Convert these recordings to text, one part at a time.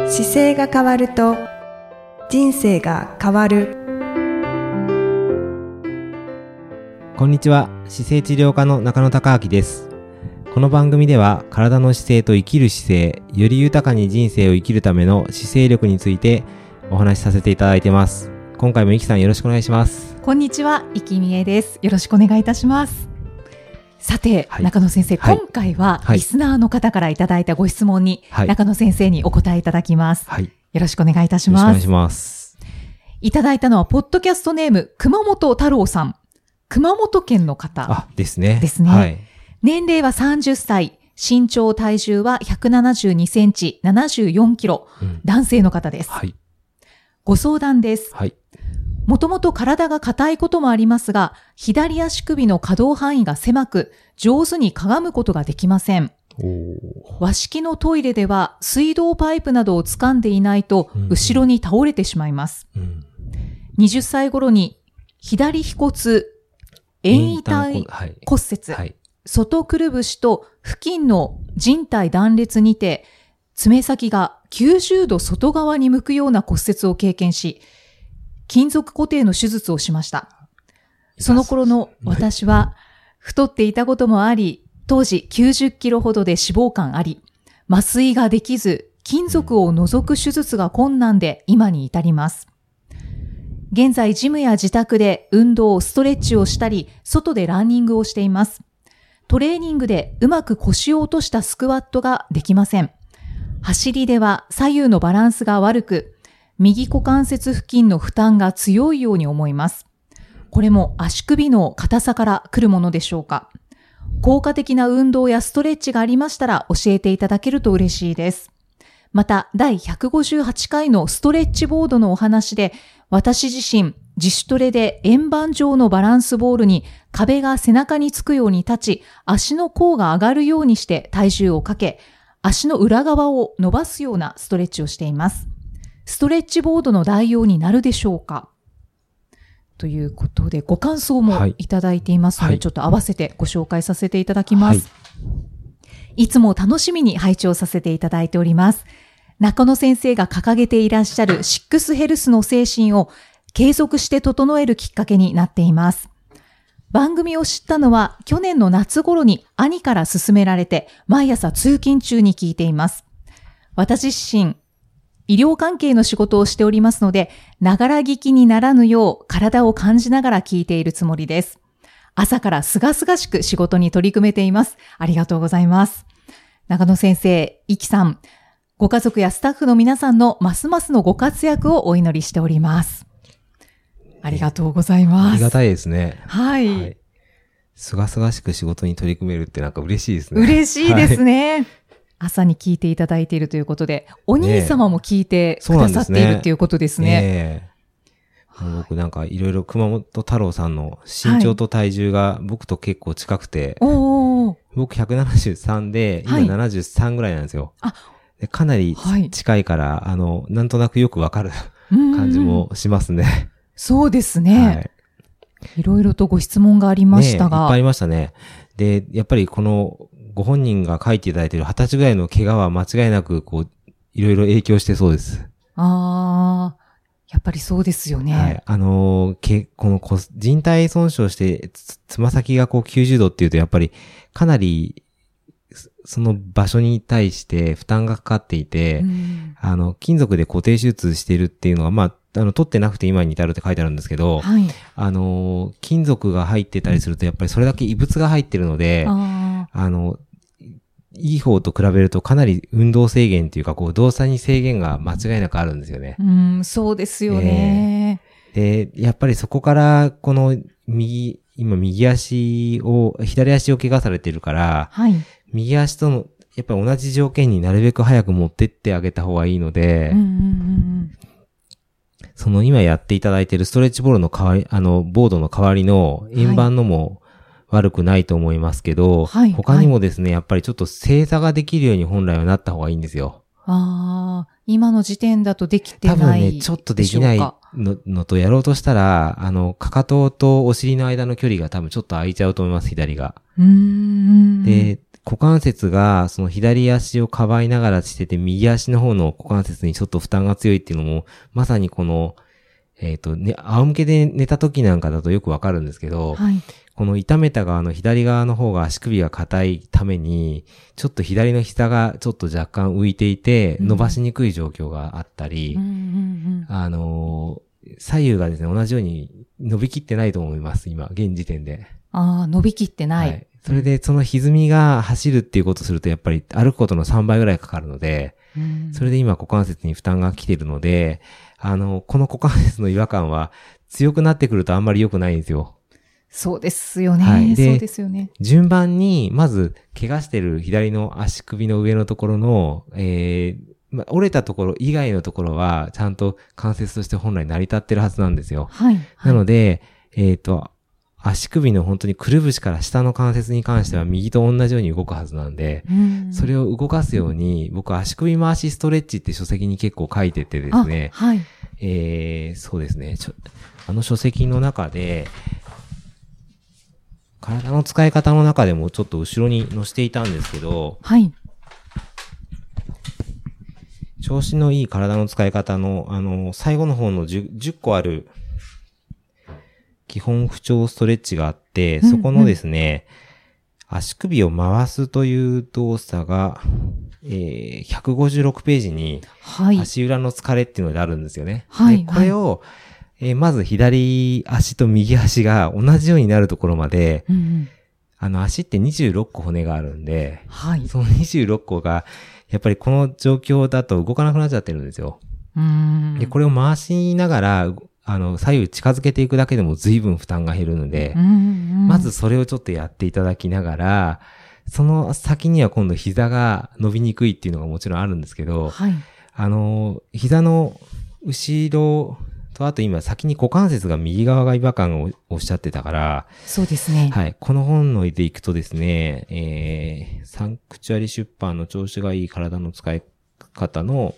姿勢が変わると人生が変わる。 こんにちは。姿勢治療科の中野孝明です。この番組では体の姿勢と生きる姿勢、より豊かに人生を生きるための姿勢力についてお話しさせていただいてます。今回もいきさんよろしくお願いします。 こんにちは、いきみえです。よろしくお願いいたします。さて、はい、中野先生、今回はリスナーの方からいただいたご質問に、中野先生にお答えいただきます。よろしくお願いいたします。 よろしくお願いします。 いただいたのはポッドキャストネーム熊本太郎さん、熊本県の方ですね。 ですね。年齢は30歳、身長体重は172センチ、74キロ、男性の方です。ご相談です。もともと体が硬いこともありますが、左足首の可動範囲が狭く、上手にかがむことができません。和式のトイレでは水道パイプなどを掴んでいないと、後ろに倒れてしまいます。20歳頃に左腓骨遠位体骨折、外くるぶしと付近の靭帯断裂にて、爪先が90度外側に向くような骨折を経験し、金属固定の手術をしました。その頃の私は太っていたこともあり、当時90キロほどで脂肪肝あり、麻酔ができず金属を除く手術が困難で今に至ります。現在ジムや自宅で運動、ストレッチをしたり、外でランニングをしています。トレーニングでうまく腰を落としたスクワットができません。走りでは左右のバランスが悪く、右股関節付近の負担が強いように思います。これも足首の硬さから来るものでしょうか。効果的な運動やストレッチがありましたら教えていただけると嬉しいです。また、第158回のストレッチボードのお話で、私自身、自主トレで円盤状のバランスボールに壁が背中につくように立ち、足の甲が上がるようにして体重をかけ、足の裏側を伸ばすようなストレッチをしています。ストレッチボードの代用になるでしょうか、ということでご感想もいただいていますので、ちょっと合わせてご紹介させていただきます。いつも楽しみに拝聴させていただいております。中野先生が掲げていらっしゃるシックスヘルスの精神を継続して整えるきっかけになっています。番組を知ったのは去年の夏頃に兄から勧められて毎朝通勤中に聞いています。私自身、医療関係の仕事をしておりますので、ながら聞きにならぬよう体を感じながら聞いているつもりです。朝からすがすがしく仕事に取り組めています。ありがとうございます。中野先生、いきさん、ご家族やスタッフの皆さんのますますのご活躍をお祈りしております。ありがとうございます。 ありがたいですね。すがすがしく仕事に取り組めるってなんか嬉しいですね。 嬉しいですね。朝に聞いていただいているということで、お兄様も聞いてくださっているということですね。 僕なんかいろいろ熊本太郎さんの身長と体重が僕と結構近くて、僕173で今73ぐらいなんですよ。でかなり近いから、なんとなくよくわかる感じもしますね。 そうですね。いろいろとご質問がありましたが。 いっぱいありましたね。で、やっぱりこのご本人が書いていただいている20歳ぐらいの怪我は間違いなくいろいろ影響してそうです。 やっぱりそうですよね。 この靭帯損傷してつま先が90度っていうとやっぱりかなりその場所に対して負担がかかっていて、金属で固定手術しているっていうのは取ってなくて今に至るって書いてあるんですけど、金属が入ってたりするとやっぱりそれだけ異物が入ってるので、いい方と比べるとかなり運動制限っていうか動作に制限が間違いなくあるんですよね。 そうですよね。 で、やっぱりそこからこの今左足を怪我されてるから、右足とのやっぱり同じ条件になるべく早く持ってってあげた方がいいので、その今やっていただいているストレッチボールの代わり、ボードの代わりの円盤のも悪くないと思いますけど、他にもですね、やっぱりちょっと正座ができるように本来はなった方がいいんですよ。 今の時点だとできてないでしょうか。多分ね、 ちょっとできないのとやろうとしたら、かかととお尻の間の距離が多分ちょっと空いちゃうと思います、左が。で、 股関節がその左足をかばいながらしてて、右足の方の股関節にちょっと負担が強いっていうのも、まさにこの、仰向けで寝た時なんかだとよくわかるんですけど、はい、この痛めた側の左側の方が足首が硬いために、ちょっと左の膝がちょっと若干浮いていて、伸ばしにくい状況があったり、左右がですね、同じように伸びきってないと思います、今、現時点で。 伸びきってない。はい。 それで、その歪みが走るっていうことをすると、やっぱり歩くことの3倍ぐらいかかるので、それで今股関節に負担が来てるので、この股関節の違和感は強くなってくるとあんまり良くないんですよ。 そうですよね。はい。そうですよね。 順番に、まず、怪我してる左の足首の上のところの、折れたところ以外のところは、ちゃんと関節として本来成り立ってるはずなんですよ。はい。なので、足首の本当にくるぶしから下の関節に関しては右と同じように動くはずなんで、それを動かすように、僕は足首回しストレッチって書籍に結構書いててですね、はい。そうですね、書籍の中で、体の使い方の中でもちょっと後ろに載せていたんですけど、はい。調子のいい体の使い方の、最後の方の 10個ある、基本不調ストレッチがあって、そこのですね、足首を回すという動作が、156ページに、足裏の疲れっていうのであるんですよね。はい。これを、まず左足と右足が同じようになるところまで、足って26個骨があるんで、はい。その26個が、やっぱりこの状況だと動かなくなっちゃってるんですよ。で、これを回しながら、左右近づけていくだけでも随分負担が減るので、まずそれをちょっとやっていただきながら、その先には今度膝が伸びにくいっていうのがもちろんあるんですけど、はい、膝の後ろと、あと今先に股関節が右側が違和感をおっしゃってたから、 そうですね。 はい。この本のでいくとですね、サンクチュアリ出版の調子がいい体の使い方の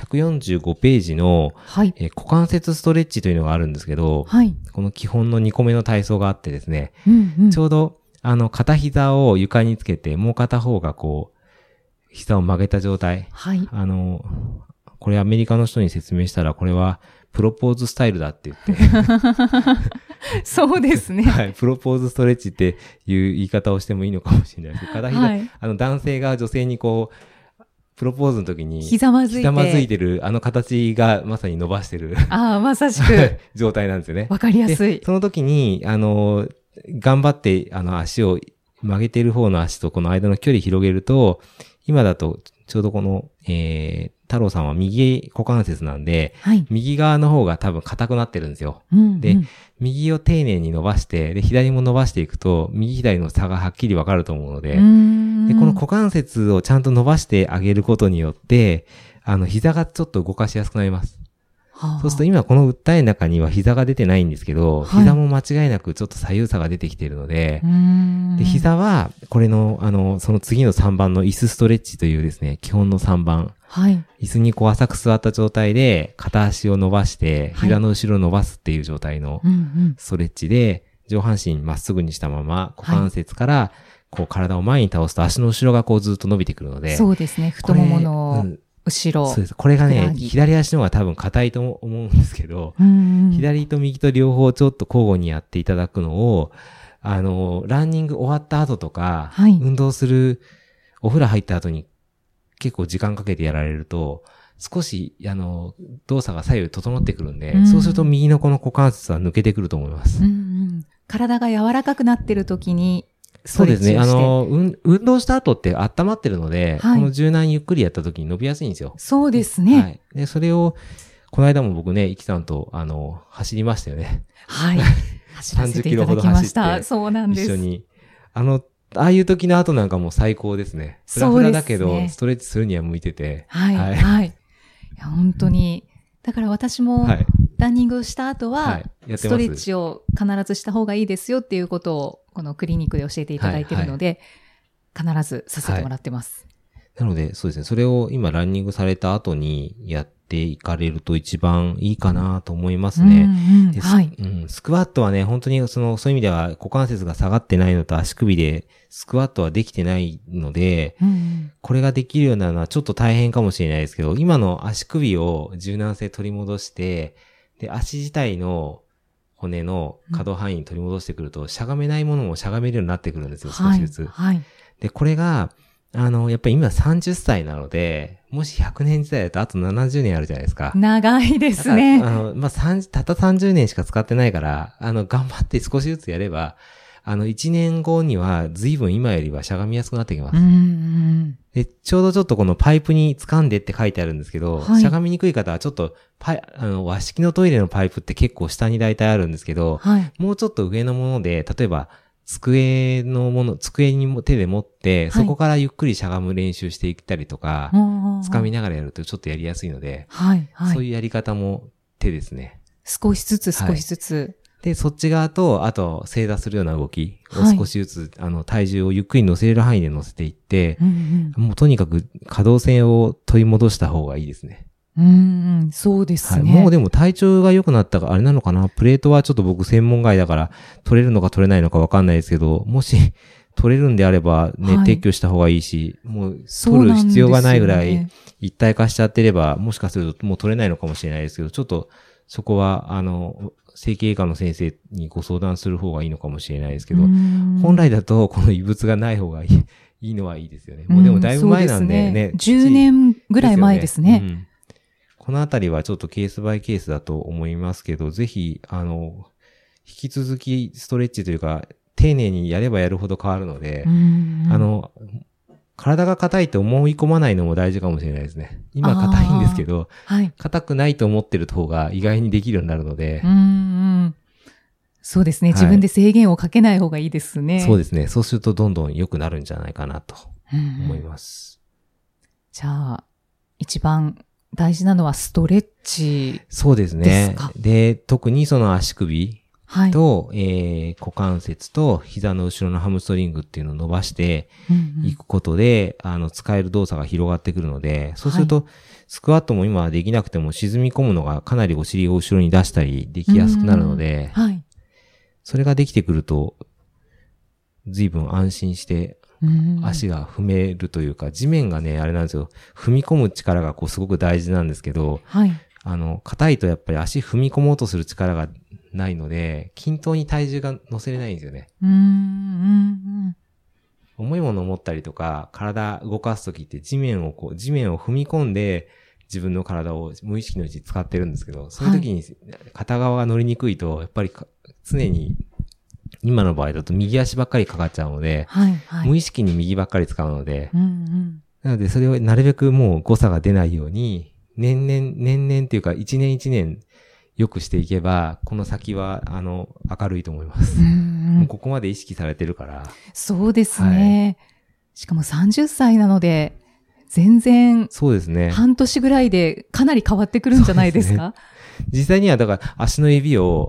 145ページの、はい、股関節ストレッチというのがあるんですけど、はい、この基本の2個目の体操があってですね、ちょうど片膝を床につけて、もう片方がこう、膝を曲げた状態。はい、これアメリカの人に説明したら、これはプロポーズスタイルだって言って。 そうですね。 はい。プロポーズストレッチっていう言い方をしてもいいのかもしれないです。片膝、はい、男性が女性にこう、プロポーズの時に、 ひざまずいてる、形がまさに伸ばしてる。 まさしく。 状態なんですよね。 わかりやすい。 その時に、頑張って、足を曲げてる方の足とこの間の距離広げると、今だと、ちょうどこの、太郎さんは右股関節なんで、はい、右側の方が多分硬くなってるんですよ。で、右を丁寧に伸ばして、で、左も伸ばしていくと、右左の差がはっきりわかると思うので、で、この股関節をちゃんと伸ばしてあげることによって、膝がちょっと動かしやすくなります。そうすると今この訴えの中には膝が出てないんですけど、はい、膝も間違いなくちょっと左右差が出てきているので、で、膝は、これの、その次の3番の椅子ストレッチというですね、基本の3番。はい。椅子にこう浅く座った状態で、片足を伸ばして、膝の後ろを伸ばすっていう状態のストレッチで、上半身まっすぐにしたまま、股関節から、こう体を前に倒すと足の後ろがこうずっと伸びてくるので。 そうですね、太ももの後ろ。 そうです。これがね、左足の方が多分硬いと思うんですけど、左と右と両方ちょっと交互にやっていただくのを、ランニング終わった後とか、はい、運動する、お風呂入った後に結構時間かけてやられると、少し、動作が左右整ってくるんで、そうすると右のこの股関節は抜けてくると思います。 体が柔らかくなってる時に、 そうですね。運動した後って温まってるので、はい、この柔軟ゆっくりやった時に伸びやすいんですよ。 そうですね。はい。 で、それを、この間も僕ね、イキさんと、走りましたよね。 はい。走らせていただきました。そうなんです。 一緒に。ああいう時の後なんかも最高ですね。フラフラだけど、ストレッチするには向いてて。 はい。はい。はい、いや本当に。だから私も、ランニングした後は、ストレッチを必ずした方がいいですよっていうことを、このクリニックで教えていただいているので、必ずさせてもらってます。 なので、そうですね。それを今ランニングされた後にやっていかれると一番いいかなと思いますね。 はい。 スクワットはね、本当にそういう意味では股関節が下がってないのと足首でスクワットはできてないので、これができるようになるのはちょっと大変かもしれないですけど、今の足首を柔軟性取り戻して、で、足自体の骨の可動範囲に取り戻してくると、しゃがめないものもしゃがめるようになってくるんですよ、少しずつ。 はい。 で、これが、やっぱり今30歳なので、もし100年時代だとあと70年あるじゃないですか。 長いですね。 たった30年しか使ってないから、頑張って少しずつやれば、1年後には随分今よりはしゃがみやすくなってきます。で、ちょうどちょっとこのパイプに掴んでって書いてあるんですけど、はい、しゃがみにくい方はちょっと和式のトイレのパイプって結構下に大体あるんですけど、はい、もうちょっと上のもので、例えば、机にも手で持って、はい、そこからゆっくりしゃがむ練習していったりとか、掴みながらやるとちょっとやりやすいので、はいはい、そういうやり方も手ですね。 少しずつ。はい、 で、そっち側と、あと、正座するような動きを少しずつ、はい、体重をゆっくり乗せれる範囲で乗せていって、もうとにかく可動性を取り戻した方がいいですね。 そうですね。 はい、もうでも体調が良くなったか、あれなのかな、プレートはちょっと僕専門外だから取れるのか取れないのかわかんないですけど、もし取れるんであればね、撤去した方がいいし、もう取る必要がないぐらい一体化しちゃってれば、もしかするともう取れないのかもしれないですけど、ちょっとそこは整形外科の先生にご相談する方がいいのかもしれないですけど、本来だとこの異物がない方がいいのはいいですよね。もうでもだいぶ前なんでね。 10年ぐらい前ですね。 このあたりはちょっとケースバイケースだと思いますけど、ぜひ、引き続きストレッチというか、丁寧にやればやるほど変わるので、体が硬いと思い込まないのも大事かもしれないですね。今硬いんですけど、硬くないと思ってる方が意外にできるようになるので。 そうですね、はい。自分で制限をかけない方がいいですね。 そうですね。そうするとどんどん良くなるんじゃないかなと思います。 じゃあ、一番大事なのはストレッチですか？ そうですね。で、特にその足首と、股関節と膝の後ろのハムストリングっていうのを伸ばしていくことで、使える動作が広がってくるので、そうすると、スクワットも今はできなくても沈み込むのがかなりお尻を後ろに出したりできやすくなるので、それができてくると、随分安心して、足が踏めるというか、地面がね、あれなんですよ。踏み込む力がすごく大事なんですけど、硬いとやっぱり足踏み込もうとする力がないので、均等に体重が乗せれないんですよね。重いものを持ったりとか、体動かすときって地面を踏み込んで、自分の体を無意識のうちに使ってるんですけど、そういう時に片側が乗りにくいと、やっぱり常に今の場合だと右足ばっかりかかっちゃうので、無意識に右ばっかり使うので、なのでそれをなるべくもう誤差が出ないように、年々っていうか一年一年良くしていけば、この先は明るいと思います。もうここまで意識されてるから。 そうですね。しかも30歳なので、全然、そうですね。半年ぐらいでかなり変わってくるんじゃないですか？ 実際にはだから足の指を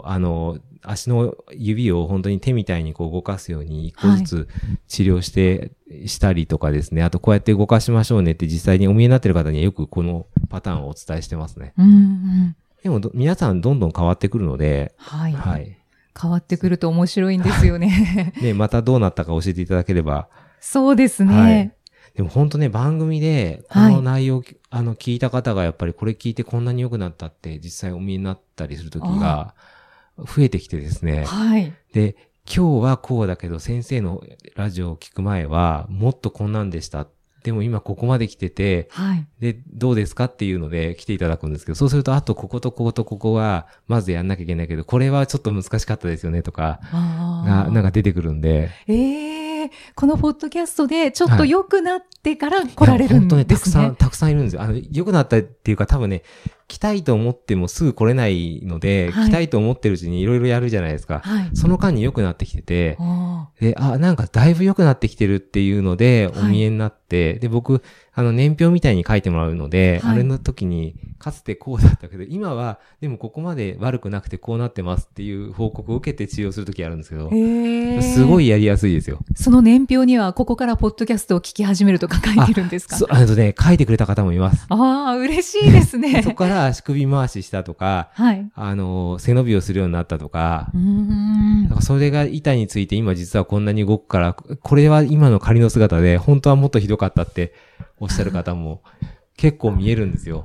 本当に手みたいにこう動かすように一個ずつ治療したりとかですね。あとこうやって動かしましょうねって実際にお見えになっている方にはよくこのパターンをお伝えしてますね。でも皆さんどんどん変わってくるので、 変わってくると面白いんですよね。 ね、またどうなったか教えていただければ。 そうですね。 でも本当ね、番組でこの内容、聞いた方がやっぱりこれ聞いてこんなに良くなったって実際お見えになったりするときが増えてきてですね。で、今日はこうだけど先生のラジオを聞く前はもっとこんなんでした。でも今ここまで来てて、で、どうですかっていうので来ていただくんですけど、そうするとあとこことこことここはまずやんなきゃいけないけど、これはちょっと難しかったですよねとかがなんか出てくるんで。 このポッドキャストでちょっと良くなってから来られるんですね。 本当ね、たくさんいるんですよ。良くなったっていうか多分ね、 来たいと思ってもすぐ来れないので、来たいと思ってるうちにいろいろやるじゃないですか。その間に良くなってきてて、で、なんかだいぶ良くなってきてるっていうので、お見えになって、で、僕、年表みたいに書いてもらうので、あれの時に、かつてこうだったけど、今は、でもここまで悪くなくてこうなってますっていう報告を受けて治療する時あるんですけど、すごいやりやすいですよ。 その年表には、ここからポッドキャストを聞き始めるとか書いてるんですか？ 書いてくれた方もいます。 嬉しいですね。 そこから足首回ししたとか、背伸びをするようになったとか、それが板について今実はこんなに動くから、これは今の仮の姿で、本当はもっとひどかったっておっしゃる方も結構見えるんですよ。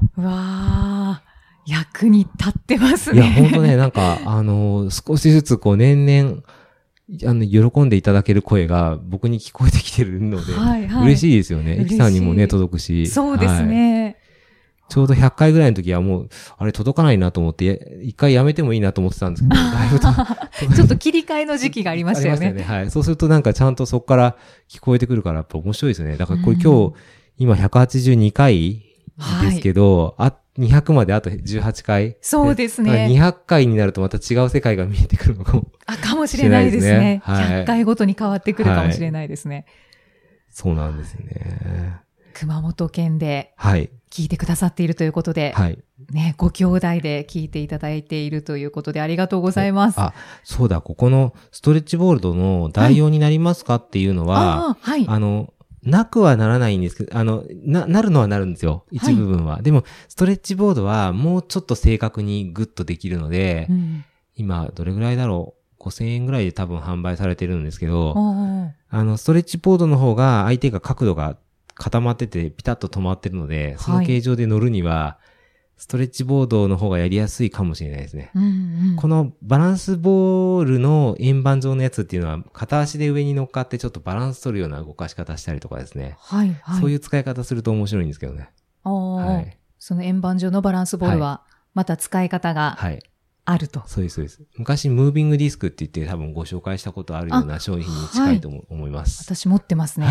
役に立ってますね。 いや、本当ね、なんか、少しずつこう年々、喜んでいただける声が僕に聞こえてきてるので、嬉しいですよね。イキさんにもね、届くし。 そうですね。 ちょうど100回ぐらいの時はもう、あれ届かないなと思って、一回やめてもいいなと思ってたんですけど、だいぶちょっと切り替えの時期がありましたよね。 ありましたよね。はい。そうするとなんかちゃんとそこから聞こえてくるから、やっぱ面白いですよね。だからこれ今182回ですけど、200まであと18回。 そうですね。 200回になるとまた違う世界が見えてくるのかもしれないですね。 100回ごとに変わってくるかもしれないですね。 そうなんですね。 熊本県で聞いてくださっているということで、ね、ご兄弟で聞いていただいているということでありがとうございます。 そうだ、ここのストレッチボールドの代用になりますかっていうのは、なくはならないんですけど、なるのはなるんですよ。一部分は。でも、ストレッチボードはもうちょっと正確にグッとできるので、今、どれぐらいだろう ?5000 円ぐらいで多分販売されてるんですけど、ストレッチボードの方が相手が角度が固まっててピタッと止まってるので、その形状で乗るには、ストレッチボードの方がやりやすいかもしれないですね。このバランスボールの円盤状のやつっていうのは、片足で上に乗っかってちょっとバランス取るような動かし方したりとかですね。そういう使い方すると面白いんですけどね。 その円盤状のバランスボールは、また使い方があると。 そうです、そうです。昔、ムービングディスクって言って多分ご紹介したことあるような商品に近いと思います。 私持ってますね。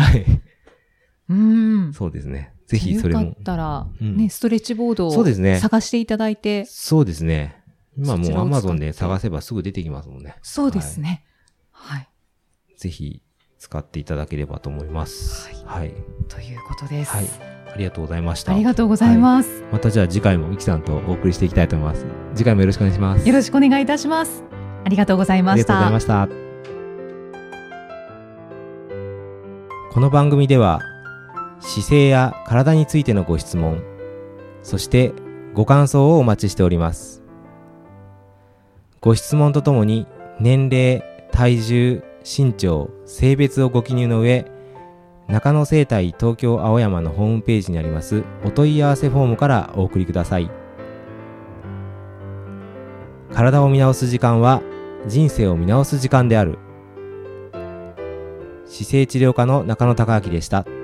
そうですね。ぜひそれも。 よかったら、ね、ストレッチボードを探していただいて。 そうですね。今もう Amazon で探せばすぐ出てきますもんね。 そうですね。 ぜひ使っていただければと思います。 ということです。 ありがとうございました。 ありがとうございます。 またじゃあ次回もイキさんとお送りしていきたいと思います。次回もよろしくお願いします。 よろしくお願いいたします。ありがとうございました。 ありがとうございました。この番組では、姿勢や体についてのご質問、そしてご感想をお待ちしております。ご質問とともに年齢、体重、身長、性別をご記入の上、中野生態東京青山のホームページにありますお問い合わせフォームからお送りください。体を見直す時間は人生を見直す時間である。姿勢治療科の中野孝明でした。